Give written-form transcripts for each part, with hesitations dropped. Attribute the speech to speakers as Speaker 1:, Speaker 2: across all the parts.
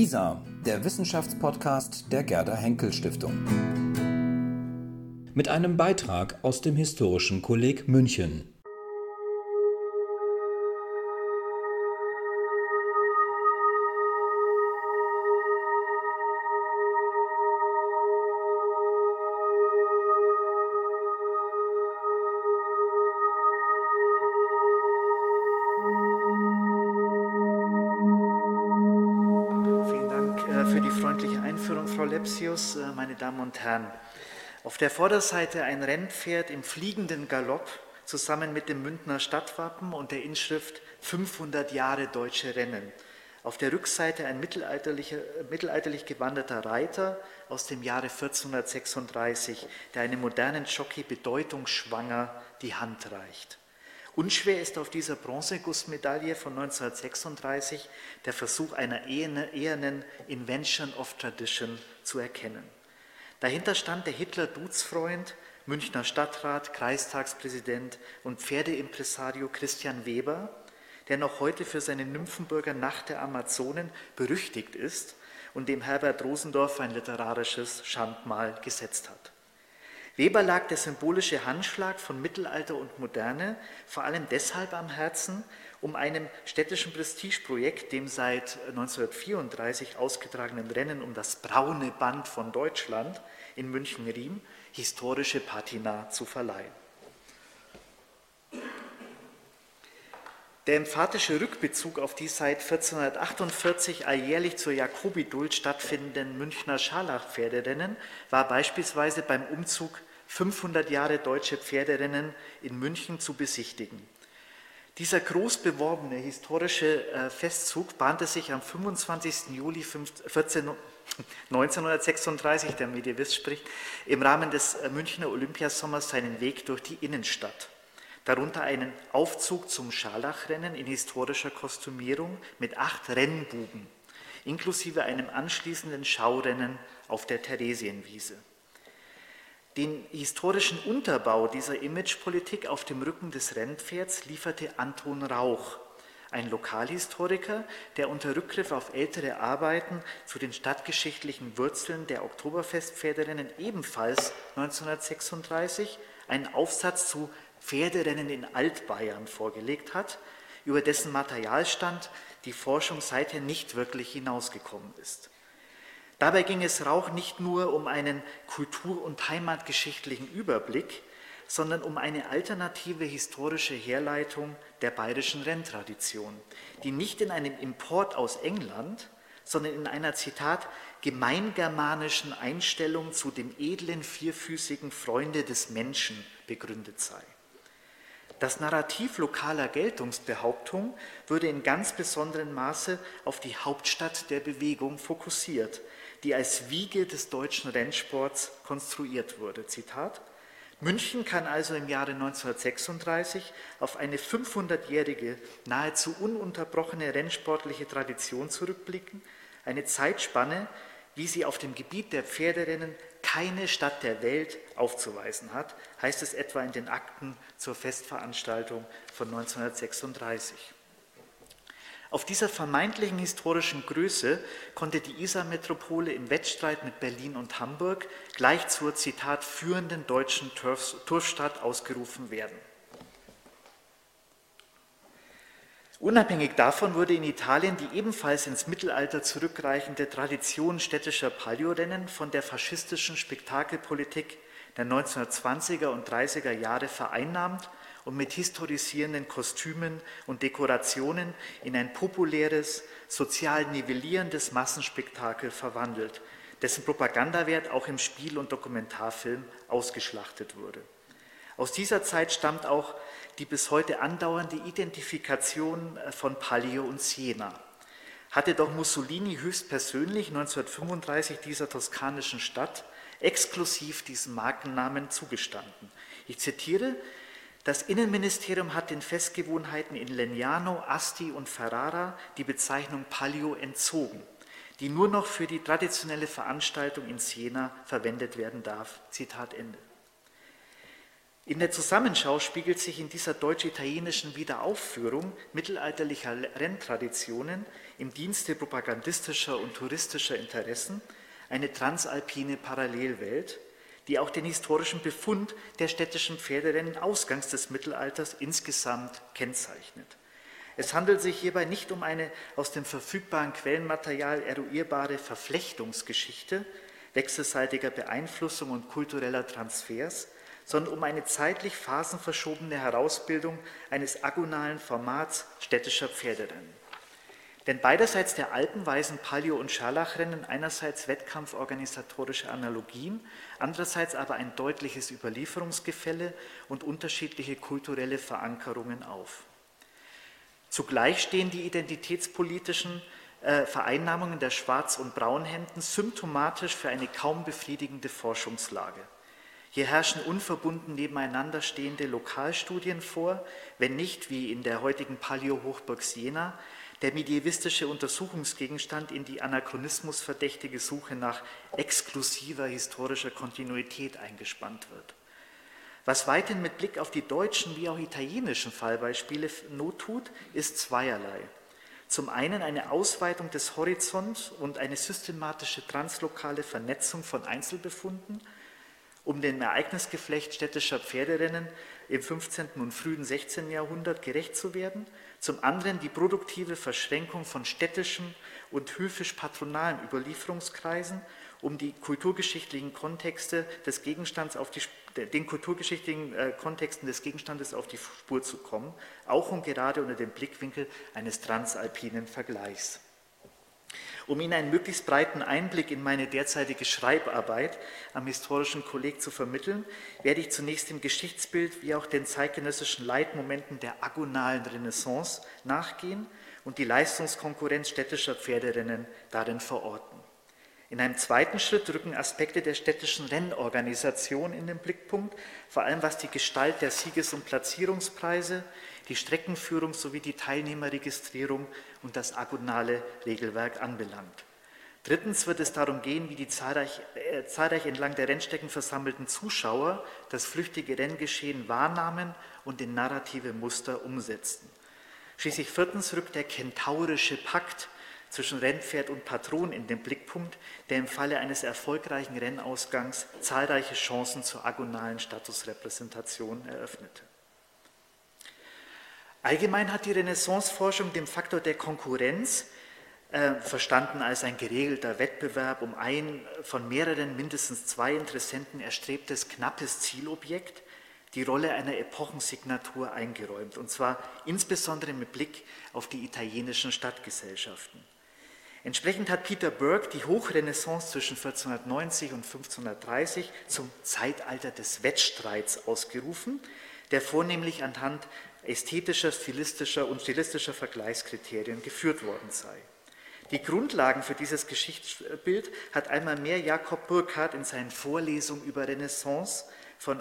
Speaker 1: WISA, der Wissenschaftspodcast der Gerda Henkel Stiftung. Mit einem Beitrag aus dem Historischen Kolleg München.
Speaker 2: Meine Damen und Herren, auf der Vorderseite ein Rennpferd im fliegenden Galopp zusammen mit dem Münchner Stadtwappen und der Inschrift 500 Jahre deutsche Rennen. Auf der Rückseite ein mittelalterlich gewanderter Reiter aus dem Jahre 1436, der einem modernen Jockey bedeutungsschwanger die Hand reicht. Unschwer ist auf dieser Bronzegussmedaille von 1936 der Versuch einer ehernen Invention of Tradition zu erkennen. Dahinter stand der Hitler-Duzfreund, Münchner Stadtrat, Kreistagspräsident und Pferdeimpresario Christian Weber, der noch heute für seine Nymphenburger Nacht der Amazonen berüchtigt ist und dem Herbert Rosendorff ein literarisches Schandmal gesetzt hat. Weber lag der symbolische Handschlag von Mittelalter und Moderne vor allem deshalb am Herzen, um einem städtischen Prestigeprojekt, dem seit 1934 ausgetragenen Rennen um das braune Band von Deutschland in München-Riem, historische Patina zu verleihen. Der emphatische Rückbezug auf die seit 1448 alljährlich zur Jakobiduld stattfindenden Münchner Scharlach-Pferderennen war beispielsweise beim Umzug 500 Jahre deutsche Pferderennen in München zu besichtigen. Dieser groß beworbene historische Festzug bahnte sich am 25. Juli 1936, der Medievist spricht, im Rahmen des Münchner Olympiasommers seinen Weg durch die Innenstadt. Darunter einen Aufzug zum Scharlachrennen in historischer Kostümierung mit 8 Rennbuben, inklusive einem anschließenden Schaurennen auf der Theresienwiese. Den historischen Unterbau dieser Imagepolitik auf dem Rücken des Rennpferds lieferte Anton Rauch, ein Lokalhistoriker, der unter Rückgriff auf ältere Arbeiten zu den stadtgeschichtlichen Wurzeln der Oktoberfestpferderennen ebenfalls 1936 einen Aufsatz zu Pferderennen in Altbayern vorgelegt hat, über dessen Materialstand die Forschung seither nicht wirklich hinausgekommen ist. Dabei ging es Rauch nicht nur um einen kultur- und heimatgeschichtlichen Überblick, sondern um eine alternative historische Herleitung der bayerischen Renntradition, die nicht in einem Import aus England, sondern in einer, Zitat, gemeingermanischen Einstellung zu dem edlen, vierfüßigen Freunde des Menschen begründet sei. Das Narrativ lokaler Geltungsbehauptung würde in ganz besonderem Maße auf die Hauptstadt der Bewegung fokussiert, die als Wiege des deutschen Rennsports konstruiert wurde. Zitat: München kann also im Jahre 1936 auf eine 500-jährige, nahezu ununterbrochene rennsportliche Tradition zurückblicken, eine Zeitspanne, wie sie auf dem Gebiet der Pferderennen keine Stadt der Welt aufzuweisen hat, heißt es etwa in den Akten zur Festveranstaltung von 1936. Auf dieser vermeintlichen historischen Größe konnte die Isar-Metropole im Wettstreit mit Berlin und Hamburg gleich zur, Zitat, führenden deutschen Turfstadt ausgerufen werden. Unabhängig davon wurde in Italien die ebenfalls ins Mittelalter zurückreichende Tradition städtischer Palio-Rennen von der faschistischen Spektakelpolitik der 1920er und 30er Jahre vereinnahmt und mit historisierenden Kostümen und Dekorationen in ein populäres, sozial nivellierendes Massenspektakel verwandelt, dessen Propagandawert auch im Spiel- und Dokumentarfilm ausgeschlachtet wurde. Aus dieser Zeit stammt auch die bis heute andauernde Identifikation von Palio und Siena. Hatte doch Mussolini höchstpersönlich 1935 dieser toskanischen Stadt exklusiv diesen Markennamen zugestanden. Ich zitiere: Das Innenministerium hat den Festgewohnheiten in Legnano, Asti und Ferrara die Bezeichnung Palio entzogen, die nur noch für die traditionelle Veranstaltung in Siena verwendet werden darf. Zitat Ende. In der Zusammenschau spiegelt sich in dieser deutsch-italienischen Wiederaufführung mittelalterlicher Renntraditionen im Dienste propagandistischer und touristischer Interessen eine transalpine Parallelwelt, die auch den historischen Befund der städtischen Pferderennen ausgangs des Mittelalters insgesamt kennzeichnet. Es handelt sich hierbei nicht um eine aus dem verfügbaren Quellenmaterial eruierbare Verflechtungsgeschichte wechselseitiger Beeinflussung und kultureller Transfers, sondern um eine zeitlich phasenverschobene Herausbildung eines agonalen Formats städtischer Pferderennen. Denn beiderseits der Alpen weisen Palio- und Scharlachrennen einerseits wettkampforganisatorische Analogien, andererseits aber ein deutliches Überlieferungsgefälle und unterschiedliche kulturelle Verankerungen auf. Zugleich stehen die identitätspolitischen Vereinnahmungen der Schwarz- und Braunhemden symptomatisch für eine kaum befriedigende Forschungslage. Hier herrschen unverbunden nebeneinander stehende Lokalstudien vor, wenn nicht, wie in der heutigen Palio-Hochburg Siena, der medievistische Untersuchungsgegenstand in die anachronismusverdächtige Suche nach exklusiver historischer Kontinuität eingespannt wird. Was weiterhin mit Blick auf die deutschen wie auch italienischen Fallbeispiele Not tut, ist zweierlei. Zum einen eine Ausweitung des Horizonts und eine systematische translokale Vernetzung von Einzelbefunden, um dem Ereignisgeflecht städtischer Pferderennen im 15. und frühen 16. Jahrhundert gerecht zu werden, zum anderen die produktive Verschränkung von städtischen und höfisch-patronalen Überlieferungskreisen, um die kulturgeschichtlichen Kontexte des Gegenstands den kulturgeschichtlichen Kontexten des Gegenstandes auf die Spur zu kommen, auch und gerade unter dem Blickwinkel eines transalpinen Vergleichs. Um Ihnen einen möglichst breiten Einblick in meine derzeitige Schreibarbeit am Historischen Kolleg zu vermitteln, werde ich zunächst dem Geschichtsbild wie auch den zeitgenössischen Leitmomenten der agonalen Renaissance nachgehen und die Leistungskonkurrenz städtischer Pferderennen darin verorten. In einem zweiten Schritt rücken Aspekte der städtischen Rennorganisation in den Blickpunkt, vor allem was die Gestalt der Sieges- und Platzierungspreise, die Streckenführung sowie die Teilnehmerregistrierung und das agonale Regelwerk anbelangt. Drittens wird es darum gehen, wie die zahlreich entlang der Rennstrecken versammelten Zuschauer das flüchtige Renngeschehen wahrnahmen und in narrative Muster umsetzten. Schließlich viertens rückt der kentaurische Pakt zwischen Rennpferd und Patron in den Blickpunkt, der im Falle eines erfolgreichen Rennausgangs zahlreiche Chancen zur agonalen Statusrepräsentation eröffnete. Allgemein hat die Renaissanceforschung dem Faktor der Konkurrenz, verstanden als ein geregelter Wettbewerb um ein von mehreren, mindestens zwei Interessenten erstrebtes knappes Zielobjekt, die Rolle einer Epochensignatur eingeräumt, und zwar insbesondere mit Blick auf die italienischen Stadtgesellschaften. Entsprechend hat Peter Burke die Hochrenaissance zwischen 1490 und 1530 zum Zeitalter des Wettstreits ausgerufen, der vornehmlich anhand ästhetischer, stilistischer Vergleichskriterien geführt worden sei. Die Grundlagen für dieses Geschichtsbild hat einmal mehr Jakob Burckhardt in seinen Vorlesungen über Renaissance von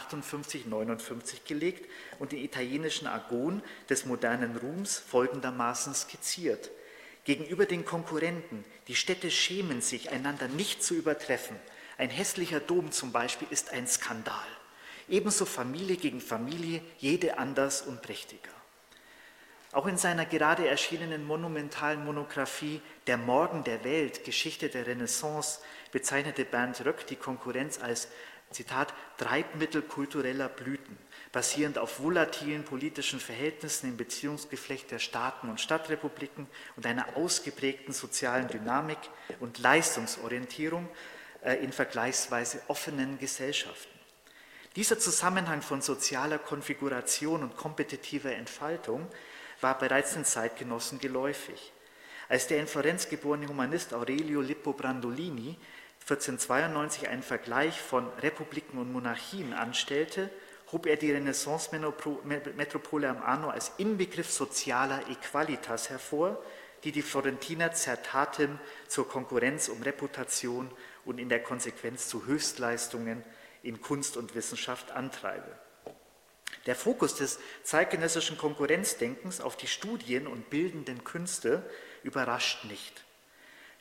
Speaker 2: 1858-59 gelegt und den italienischen Agon des modernen Ruhms folgendermaßen skizziert. Gegenüber den Konkurrenten, die Städte schämen sich, einander nicht zu übertreffen. Ein hässlicher Dom zum Beispiel ist ein Skandal. Ebenso Familie gegen Familie, jede anders und prächtiger. Auch in seiner gerade erschienenen monumentalen Monographie Der Morgen der Welt, Geschichte der Renaissance, bezeichnete Bernd Röck die Konkurrenz als, Zitat, Treibmittel kultureller Blüten, basierend auf volatilen politischen Verhältnissen im Beziehungsgeflecht der Staaten und Stadtrepubliken und einer ausgeprägten sozialen Dynamik und Leistungsorientierung in vergleichsweise offenen Gesellschaften. Dieser Zusammenhang von sozialer Konfiguration und kompetitiver Entfaltung war bereits den Zeitgenossen geläufig. Als der in Florenz geborene Humanist Aurelio Lippo Brandolini 1492 einen Vergleich von Republiken und Monarchien anstellte, hob er die Renaissance-Metropole am Arno als Inbegriff sozialer Equalitas hervor, die die Florentiner zertatem zur Konkurrenz um Reputation und in der Konsequenz zu Höchstleistungen in Kunst und Wissenschaft antreibe. Der Fokus des zeitgenössischen Konkurrenzdenkens auf die Studien und bildenden Künste überrascht nicht.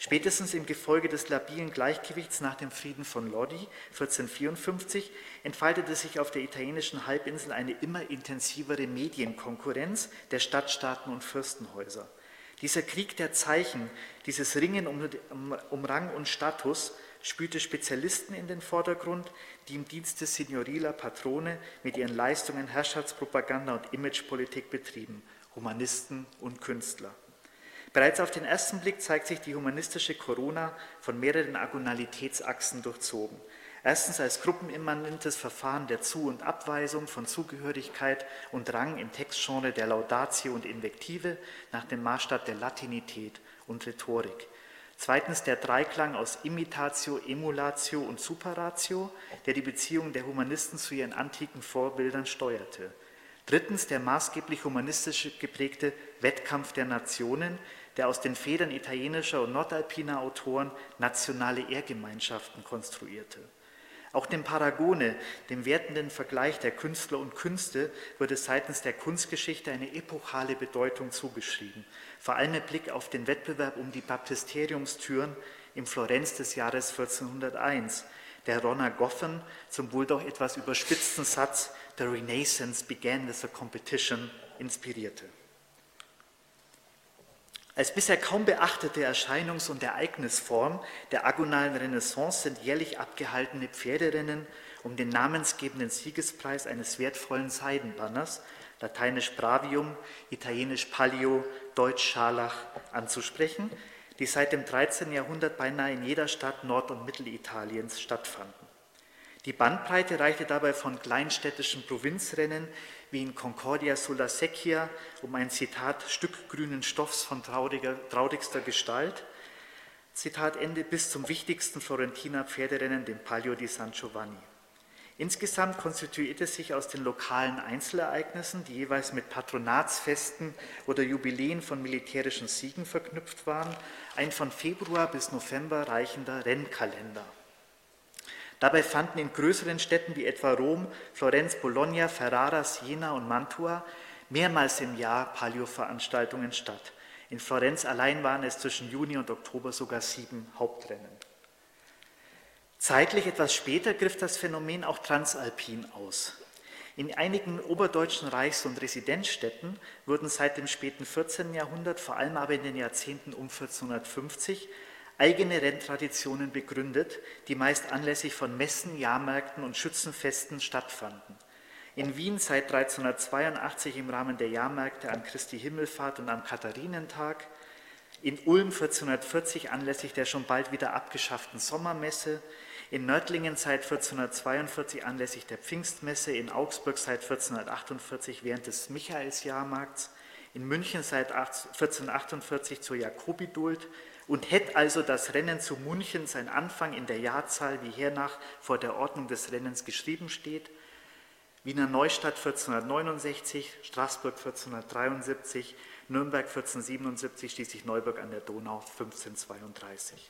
Speaker 2: Spätestens im Gefolge des labilen Gleichgewichts nach dem Frieden von Lodi 1454 entfaltete sich auf der italienischen Halbinsel eine immer intensivere Medienkonkurrenz der Stadtstaaten und Fürstenhäuser. Dieser Krieg der Zeichen, dieses Ringen um Rang und Status spülte Spezialisten in den Vordergrund, die im Dienste Signorila Patrone mit ihren Leistungen Herrschaftspropaganda und Imagepolitik betrieben, Humanisten und Künstler. Bereits auf den ersten Blick zeigt sich die humanistische Corona von mehreren Agonalitätsachsen durchzogen. Erstens als gruppenimmanentes Verfahren der Zu- und Abweisung von Zugehörigkeit und Rang im Textgenre der Laudatio und Invektive nach dem Maßstab der Latinität und Rhetorik. Zweitens der Dreiklang aus Imitatio, Emulatio und Superratio, der die Beziehung der Humanisten zu ihren antiken Vorbildern steuerte. Drittens der maßgeblich humanistisch geprägte Wettkampf der Nationen, der aus den Federn italienischer und nordalpiner Autoren nationale Ehrgemeinschaften konstruierte. Auch dem Paragone, dem wertenden Vergleich der Künstler und Künste, wurde seitens der Kunstgeschichte eine epochale Bedeutung zugeschrieben, vor allem mit Blick auf den Wettbewerb um die Baptisteriumstüren im Florenz des Jahres 1401, der Ronna Goffen zum wohl doch etwas überspitzten Satz "The Renaissance began with a competition" inspirierte. Als bisher kaum beachtete Erscheinungs- und Ereignisform der agonalen Renaissance sind jährlich abgehaltene Pferderennen um den namensgebenden Siegespreis eines wertvollen Seidenbanners, lateinisch Bravium, italienisch Palio, deutsch Scharlach, anzusprechen, die seit dem 13. Jahrhundert beinahe in jeder Stadt Nord- und Mittelitaliens stattfanden. Die Bandbreite reichte dabei von kleinstädtischen Provinzrennen wie in Concordia sulla Secchia um ein, Zitat, Stück grünen Stoffs von traurigster Gestalt, Zitat Ende, bis zum wichtigsten Florentiner Pferderennen, dem Palio di San Giovanni. Insgesamt konstituierte sich aus den lokalen Einzelereignissen, die jeweils mit Patronatsfesten oder Jubiläen von militärischen Siegen verknüpft waren, ein von Februar bis November reichender Rennkalender. Dabei fanden in größeren Städten wie etwa Rom, Florenz, Bologna, Ferrara, Siena und Mantua mehrmals im Jahr Palio-Veranstaltungen statt. In Florenz allein waren es zwischen Juni und Oktober sogar 7 Hauptrennen. Zeitlich etwas später griff das Phänomen auch transalpin aus. In einigen oberdeutschen Reichs- und Residenzstädten wurden seit dem späten 14. Jahrhundert, vor allem aber in den Jahrzehnten um 1450, eigene Renntraditionen begründet, die meist anlässlich von Messen, Jahrmärkten und Schützenfesten stattfanden. In Wien seit 1382 im Rahmen der Jahrmärkte an Christi Himmelfahrt und am Katharinentag, in Ulm 1440 anlässlich der schon bald wieder abgeschafften Sommermesse, in Nördlingen seit 1442 anlässlich der Pfingstmesse, in Augsburg seit 1448 während des Michaelsjahrmarkts, in München seit 1448 zur Jakobiduld und hätte also das Rennen zu München sein Anfang in der Jahrzahl, wie hernach vor der Ordnung des Rennens geschrieben steht, Wiener Neustadt 1469, Straßburg 1473, Nürnberg 1477, schließlich Neuburg an der Donau 1532.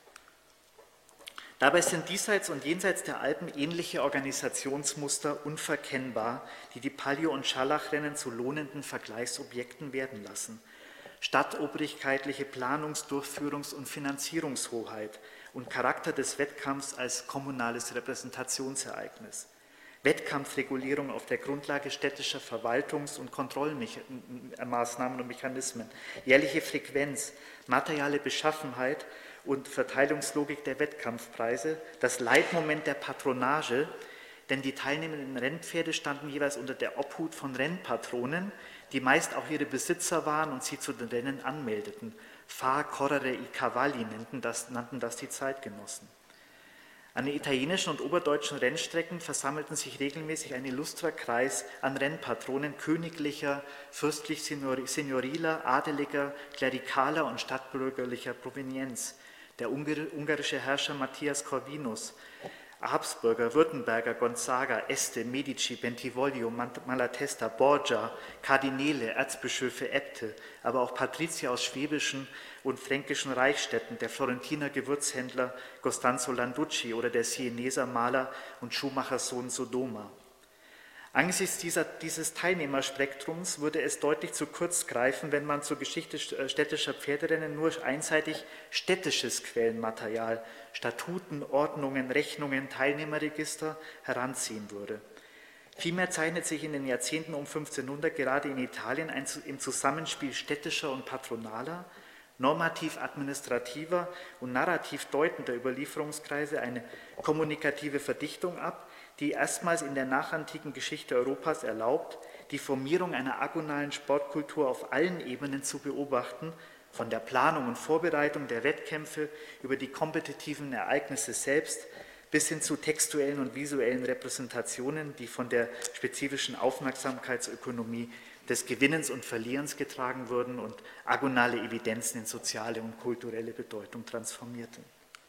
Speaker 2: Dabei sind diesseits und jenseits der Alpen ähnliche Organisationsmuster unverkennbar, die die Palio- und Scharlachrennen zu lohnenden Vergleichsobjekten werden lassen. Stadtobrigkeitliche Planungs-, Durchführungs- und Finanzierungshoheit und Charakter des Wettkampfs als kommunales Repräsentationsereignis. Wettkampfregulierung auf der Grundlage städtischer Verwaltungs- und Kontrollmaßnahmen und Mechanismen, jährliche Frequenz, materielle Beschaffenheit und Verteilungslogik der Wettkampfpreise, das Leitmoment der Patronage, denn die teilnehmenden Rennpferde standen jeweils unter der Obhut von Rennpatronen, die meist auch ihre Besitzer waren und sie zu den Rennen anmeldeten. Far correre i cavalli nannten das die Zeitgenossen. An den italienischen und oberdeutschen Rennstrecken versammelten sich regelmäßig ein illustrer Kreis an Rennpatronen königlicher, fürstlich-senioriler, adeliger, klerikaler und stadtbürgerlicher Provenienz. Der ungarische Herrscher Matthias Corvinus, Habsburger, Württemberger, Gonzaga, Este, Medici, Bentivoglio, Malatesta, Borgia, Kardinäle, Erzbischöfe, Äbte, aber auch Patrizier aus schwäbischen und fränkischen Reichsstädten, der Florentiner Gewürzhändler Costanzo Landucci oder der Sieneser Maler und Schuhmachersohn Sodoma. Angesichts dieses Teilnehmerspektrums würde es deutlich zu kurz greifen, wenn man zur Geschichte städtischer Pferderennen nur einseitig städtisches Quellenmaterial, Statuten, Ordnungen, Rechnungen, Teilnehmerregister heranziehen würde. Vielmehr zeichnet sich in den Jahrzehnten um 1500 gerade in Italien im Zusammenspiel städtischer und patronaler, normativ-administrativer und narrativ deutender Überlieferungskreise eine kommunikative Verdichtung ab, die erstmals in der nachantiken Geschichte Europas erlaubt, die Formierung einer agonalen Sportkultur auf allen Ebenen zu beobachten, von der Planung und Vorbereitung der Wettkämpfe über die kompetitiven Ereignisse selbst bis hin zu textuellen und visuellen Repräsentationen, die von der spezifischen Aufmerksamkeitsökonomie des Gewinnens und Verlierens getragen wurden und agonale Evidenzen in soziale und kulturelle Bedeutung transformierten.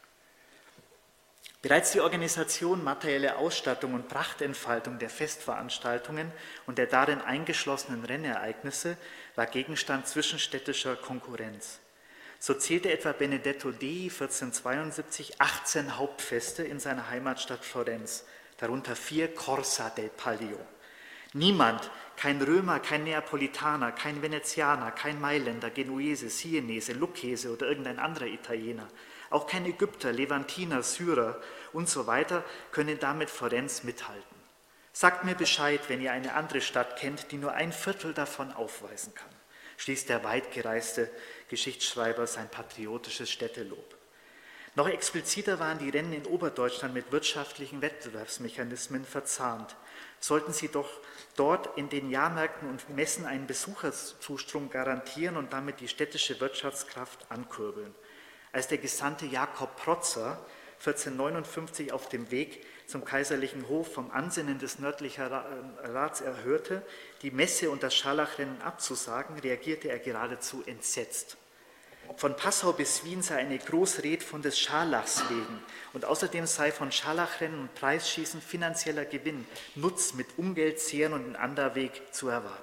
Speaker 2: Bereits die Organisation, materielle Ausstattung und Prachtentfaltung der Festveranstaltungen und der darin eingeschlossenen Rennereignisse war Gegenstand zwischenstädtischer Konkurrenz. So zählte etwa Benedetto Dei 1472 18 Hauptfeste in seiner Heimatstadt Florenz, darunter 4 Corsa del Palio. Niemand, kein Römer, kein Neapolitaner, kein Venezianer, kein Mailänder, Genuese, Sienese, Lucchese oder irgendein anderer Italiener, auch kein Ägypter, Levantiner, Syrer und so weiter können damit Florenz mithalten. Sagt mir Bescheid, wenn ihr eine andere Stadt kennt, die nur ein Viertel davon aufweisen kann, schließt der weitgereiste Geschichtsschreiber sein patriotisches Städtelob. Noch expliziter waren die Rennen in Oberdeutschland mit wirtschaftlichen Wettbewerbsmechanismen verzahnt. Sollten sie doch dort in den Jahrmärkten und Messen einen Besucherzustrom garantieren und damit die städtische Wirtschaftskraft ankurbeln. Als der Gesandte Jakob Protzer 1459 auf dem Weg zum kaiserlichen Hof vom Ansinnen des nördlichen Rats erhörte, die Messe und das Scharlachrennen abzusagen, reagierte er geradezu entsetzt. Von Passau bis Wien sei eine Großred von des Scharlachs wegen und außerdem sei von Scharlachrennen und Preisschießen finanzieller Gewinn, Nutz mit Umgeldzehren und in anderweg zu erwarten.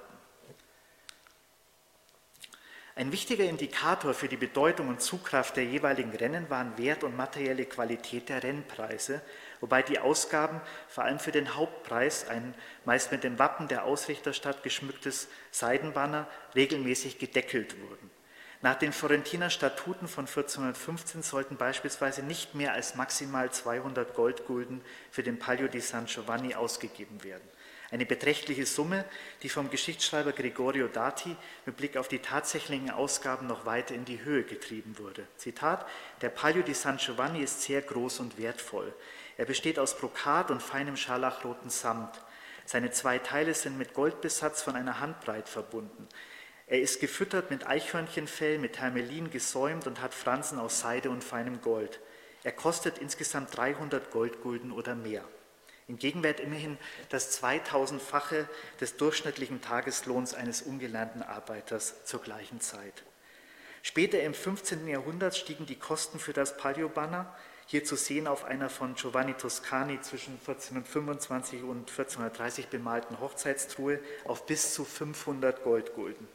Speaker 2: Ein wichtiger Indikator für die Bedeutung und Zugkraft der jeweiligen Rennen waren Wert und materielle Qualität der Rennpreise, wobei die Ausgaben vor allem für den Hauptpreis, ein meist mit dem Wappen der Ausrichterstadt geschmücktes Seidenbanner, regelmäßig gedeckelt wurden. Nach den Florentiner Statuten von 1415 sollten beispielsweise nicht mehr als maximal 200 Goldgulden für den Palio di San Giovanni ausgegeben werden. Eine beträchtliche Summe, die vom Geschichtsschreiber Gregorio Dati mit Blick auf die tatsächlichen Ausgaben noch weiter in die Höhe getrieben wurde. Zitat: Der Palio di San Giovanni ist sehr groß und wertvoll. Er besteht aus Brokat und feinem scharlachroten Samt. Seine 2 Teile sind mit Goldbesatz von einer Handbreit verbunden. Er ist gefüttert mit Eichhörnchenfell, mit Hermelin gesäumt und hat Fransen aus Seide und feinem Gold. Er kostet insgesamt 300 Goldgulden oder mehr. Im Gegenwert immerhin das 2000-fache des durchschnittlichen Tageslohns eines ungelernten Arbeiters zur gleichen Zeit. Später im 15. Jahrhundert stiegen die Kosten für das Palio-Banner, hier zu sehen auf einer von Giovanni Toscani zwischen 1425 und 1430 bemalten Hochzeitstruhe, auf bis zu 500 Goldgulden.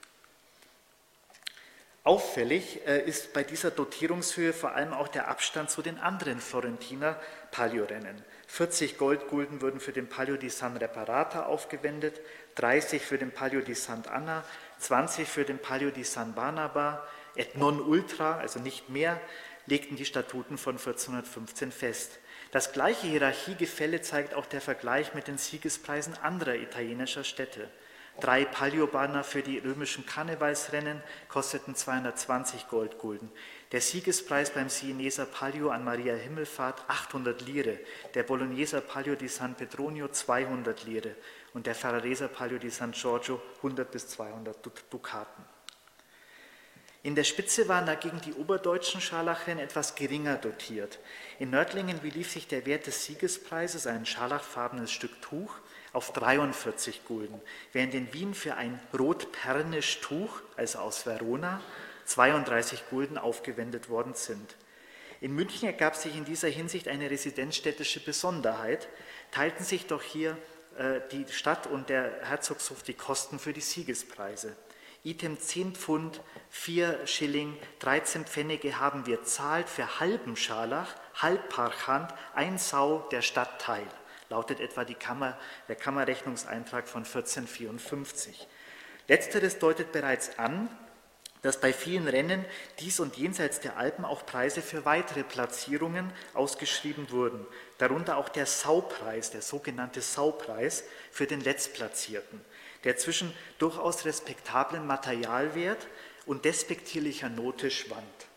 Speaker 2: Auffällig ist bei dieser Dotierungshöhe vor allem auch der Abstand zu den anderen Florentiner Palio-Rennen. 40 Goldgulden würden für den Palio di San Reparata aufgewendet, 30 für den Palio di Sant'Anna, 20 für den Palio di San Barnaba, et non ultra, also nicht mehr, legten die Statuten von 1415 fest. Das gleiche Hierarchiegefälle zeigt auch der Vergleich mit den Siegespreisen anderer italienischer Städte. 3 Palio-Banner für die römischen Karnevalsrennen kosteten 220 Goldgulden. Der Siegespreis beim Sieneser Palio an Maria Himmelfahrt 800 Lire, der Bologneser Palio di San Petronio 200 Lire und der Ferrareser Palio di San Giorgio 100 bis 200 Dukaten. In der Spitze waren dagegen die oberdeutschen Scharlachrennen etwas geringer dotiert. In Nördlingen belief sich der Wert des Siegespreises, ein scharlachfarbenes Stück Tuch, auf 43 Gulden, während in Wien für ein Rot-Pernisch-Tuch, also aus Verona, 32 Gulden aufgewendet worden sind. In München ergab sich in dieser Hinsicht eine residenzstädtische Besonderheit, teilten sich doch hier die Stadt und der Herzogshof die Kosten für die Siegespreise. Item 10 Pfund, 4 Schilling, 13 Pfennige haben wir zahlt für halben Scharlach, halb Parchant, ein Sau der Stadt teil. lautet etwa der Kammerrechnungseintrag von 1454. Letzteres deutet bereits an, dass bei vielen Rennen dies und jenseits der Alpen auch Preise für weitere Platzierungen ausgeschrieben wurden, darunter auch der Saupreis, der sogenannte Saupreis für den Letztplatzierten, der zwischen durchaus respektablem Materialwert und despektierlicher Note schwankt.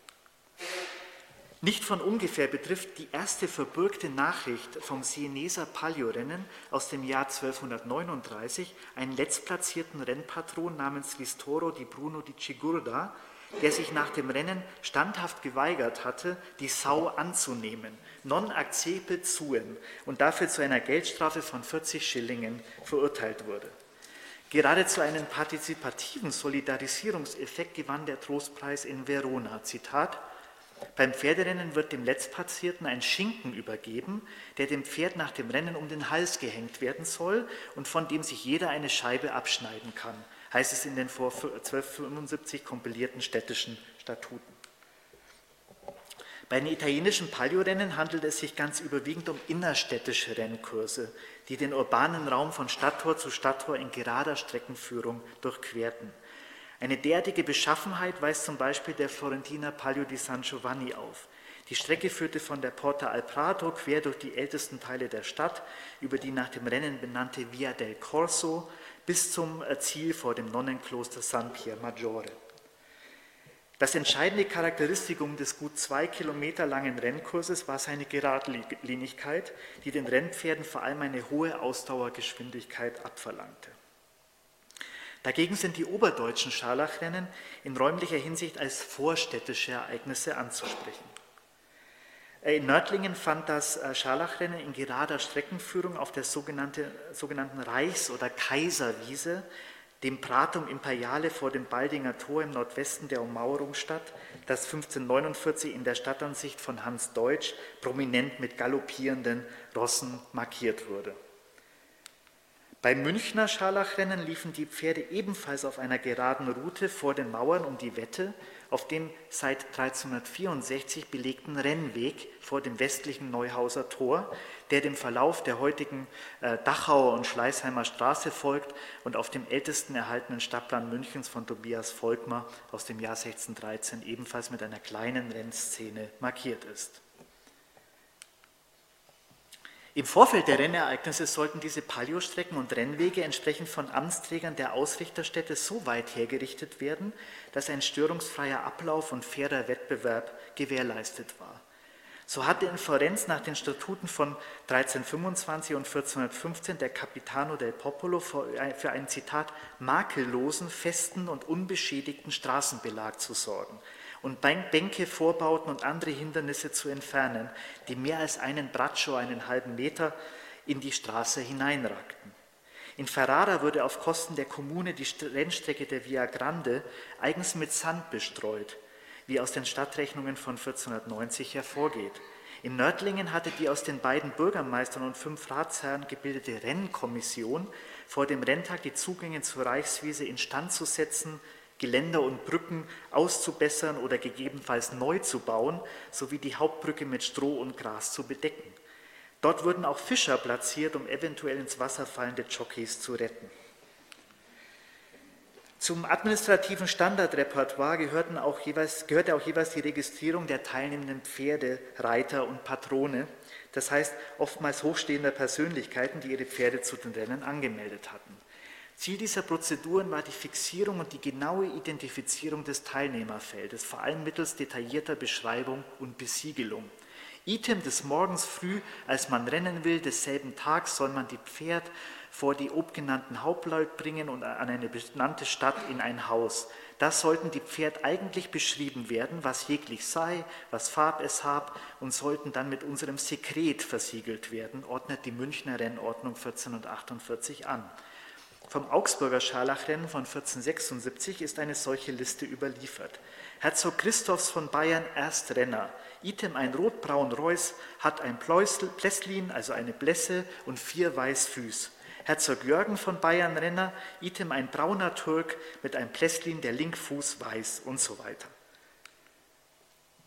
Speaker 2: Nicht von ungefähr betrifft die erste verbürgte Nachricht vom Sieneser Palio-Rennen aus dem Jahr 1239 einen letztplatzierten Rennpatron namens Ristoro di Bruno di Cigurda, der sich nach dem Rennen standhaft geweigert hatte, die Sau anzunehmen, non accepit suem, und dafür zu einer Geldstrafe von 40 Schillingen verurteilt wurde. Geradezu einen partizipativen Solidarisierungseffekt gewann der Trostpreis in Verona. Zitat: Beim Pferderennen wird dem Letztplatzierten ein Schinken übergeben, der dem Pferd nach dem Rennen um den Hals gehängt werden soll und von dem sich jeder eine Scheibe abschneiden kann, heißt es in den vor 1275 kompilierten städtischen Statuten. Bei den italienischen Palio-Rennen handelt es sich ganz überwiegend um innerstädtische Rennkurse, die den urbanen Raum von Stadttor zu Stadttor in gerader Streckenführung durchquerten. Eine derartige Beschaffenheit weist zum Beispiel der Florentiner Palio di San Giovanni auf. Die Strecke führte von der Porta al Prato quer durch die ältesten Teile der Stadt über die nach dem Rennen benannte Via del Corso bis zum Ziel vor dem Nonnenkloster San Pier Maggiore. Das entscheidende Charakteristikum des gut 2 Kilometer langen Rennkurses war seine Geradlinigkeit, die den Rennpferden vor allem eine hohe Ausdauergeschwindigkeit abverlangte. Dagegen sind die oberdeutschen Scharlachrennen in räumlicher Hinsicht als vorstädtische Ereignisse anzusprechen. In Nördlingen fand das Scharlachrennen in gerader Streckenführung auf der sogenannten Reichs- oder Kaiserwiese, dem Pratum Imperiale vor dem Baldinger Tor im Nordwesten der Ummauerung statt, das 1549 in der Stadtansicht von Hans Deutsch prominent mit galoppierenden Rossen markiert wurde. Beim Münchner Scharlachrennen liefen die Pferde ebenfalls auf einer geraden Route vor den Mauern um die Wette auf dem seit 1364 belegten Rennweg vor dem westlichen Neuhauser Tor, der dem Verlauf der heutigen Dachauer und Schleißheimer Straße folgt und auf dem ältesten erhaltenen Stadtplan Münchens von Tobias Volkmar aus dem Jahr 1613 ebenfalls mit einer kleinen Rennszene markiert ist. Im Vorfeld der Rennereignisse sollten diese Palio-Strecken und Rennwege entsprechend von Amtsträgern der Ausrichterstätte so weit hergerichtet werden, dass ein störungsfreier Ablauf und fairer Wettbewerb gewährleistet war. So hatte in Florenz nach den Statuten von 1325 und 1415 der Capitano del Popolo für einen, Zitat, makellosen, festen und unbeschädigten Straßenbelag zu sorgen und Bänke, Vorbauten und andere Hindernisse zu entfernen, die mehr als einen Braccio, einen halben Meter, in die Straße hineinragten. In Ferrara wurde auf Kosten der Kommune die Rennstrecke der Via Grande eigens mit Sand bestreut, wie aus den Stadtrechnungen von 1490 hervorgeht. In Nördlingen hatte die aus den beiden Bürgermeistern und 5 Ratsherren gebildete Rennkommission vor dem Renntag die Zugänge zur Reichswiese instand zu setzen, Geländer und Brücken auszubessern oder gegebenenfalls neu zu bauen, sowie die Hauptbrücke mit Stroh und Gras zu bedecken. Dort wurden auch Fischer platziert, um eventuell ins Wasser fallende Jockeys zu retten. Zum administrativen Standardrepertoire gehörte auch jeweils die Registrierung der teilnehmenden Pferde, Reiter und Patrone, das heißt oftmals hochstehender Persönlichkeiten, die ihre Pferde zu den Rennen angemeldet hatten. Ziel dieser Prozeduren war die Fixierung und die genaue Identifizierung des Teilnehmerfeldes, vor allem mittels detaillierter Beschreibung und Besiegelung. Item des Morgens früh, als man rennen will, desselben Tags soll man die Pferd vor die obgenannten Hauptleut bringen und an eine benannte Stadt in ein Haus. Da sollten die Pferd eigentlich beschrieben werden, was jeglich sei, was Farb es hab, und sollten dann mit unserem Sekret versiegelt werden, ordnet die Münchner Rennordnung 1448 an. Vom Augsburger Scharlachrennen von 1476 ist eine solche Liste überliefert. Herzog Christophs von Bayern Erstrenner, item ein rotbraun Reuß, hat ein Plässlin, also eine Blässe, und 4 Weißfüß. Herzog Jürgen von Bayern Renner, item ein brauner Türk mit einem Plässlin, der Linkfuß weiß und so weiter.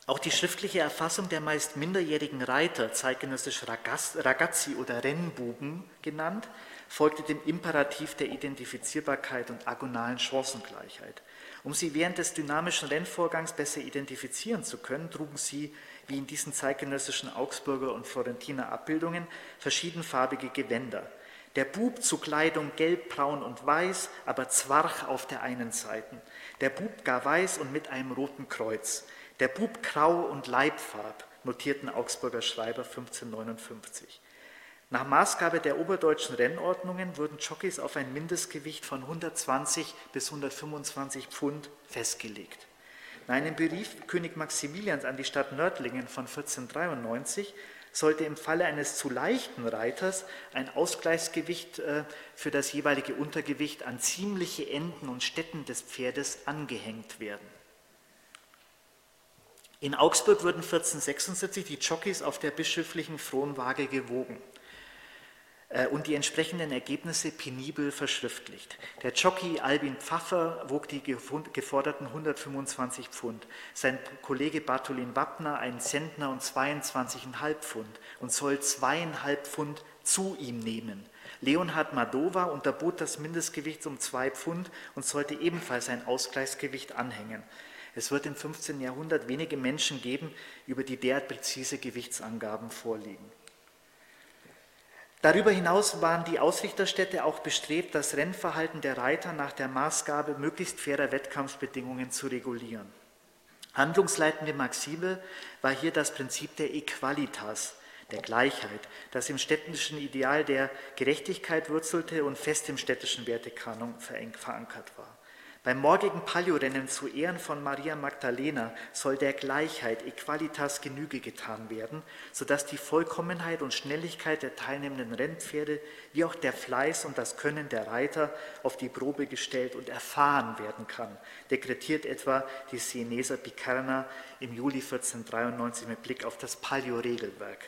Speaker 2: Auch die schriftliche Erfassung der meist minderjährigen Reiter, zeitgenössisch Ragazzi oder Rennbuben genannt, folgte dem Imperativ der Identifizierbarkeit und agonalen Chancengleichheit. Um sie während des dynamischen Rennvorgangs besser identifizieren zu können, trugen sie, wie in diesen zeitgenössischen Augsburger und Florentiner Abbildungen, verschiedenfarbige Gewänder. Der Bub zu Kleidung gelb, braun und weiß, aber zwarch auf der einen Seite. Der Bub gar weiß und mit einem roten Kreuz. Der Bub grau und leibfarb, notierten Augsburger Schreiber 1559. Nach Maßgabe der oberdeutschen Rennordnungen wurden Jockeys auf ein Mindestgewicht von 120 bis 125 Pfund festgelegt. Nach einem Brief König Maximilians an die Stadt Nördlingen von 1493 sollte im Falle eines zu leichten Reiters ein Ausgleichsgewicht für das jeweilige Untergewicht an ziemliche Enden und Stätten des Pferdes angehängt werden. In Augsburg wurden 1476 die Jockeys auf der bischöflichen Fronwaage gewogen und die entsprechenden Ergebnisse penibel verschriftlicht. Der Jockey Albin Pfaffer wog die geforderten 125 Pfund, sein Kollege Bartholin Wappner einen Zentner und 22,5 Pfund und soll 2,5 Pfund zu ihm nehmen. Leonhard Madova unterbot das Mindestgewicht um 2 Pfund und sollte ebenfalls ein Ausgleichsgewicht anhängen. Es wird im 15. Jahrhundert wenige Menschen geben, über die derart präzise Gewichtsangaben vorliegen. Darüber hinaus waren die Ausrichterstädte auch bestrebt, das Rennverhalten der Reiter nach der Maßgabe möglichst fairer Wettkampfbedingungen zu regulieren. Handlungsleitende Maxime war hier das Prinzip der Equalitas, der Gleichheit, das im städtischen Ideal der Gerechtigkeit wurzelte und fest im städtischen Wertekanon verankert war. Beim morgigen Palio-Rennen zu Ehren von Maria Magdalena soll der Gleichheit, Equalitas, Genüge getan werden, sodass die Vollkommenheit und Schnelligkeit der teilnehmenden Rennpferde wie auch der Fleiß und das Können der Reiter auf die Probe gestellt und erfahren werden kann, dekretiert etwa die Sieneser Picerna im Juli 1493 mit Blick auf das Palio-Regelwerk.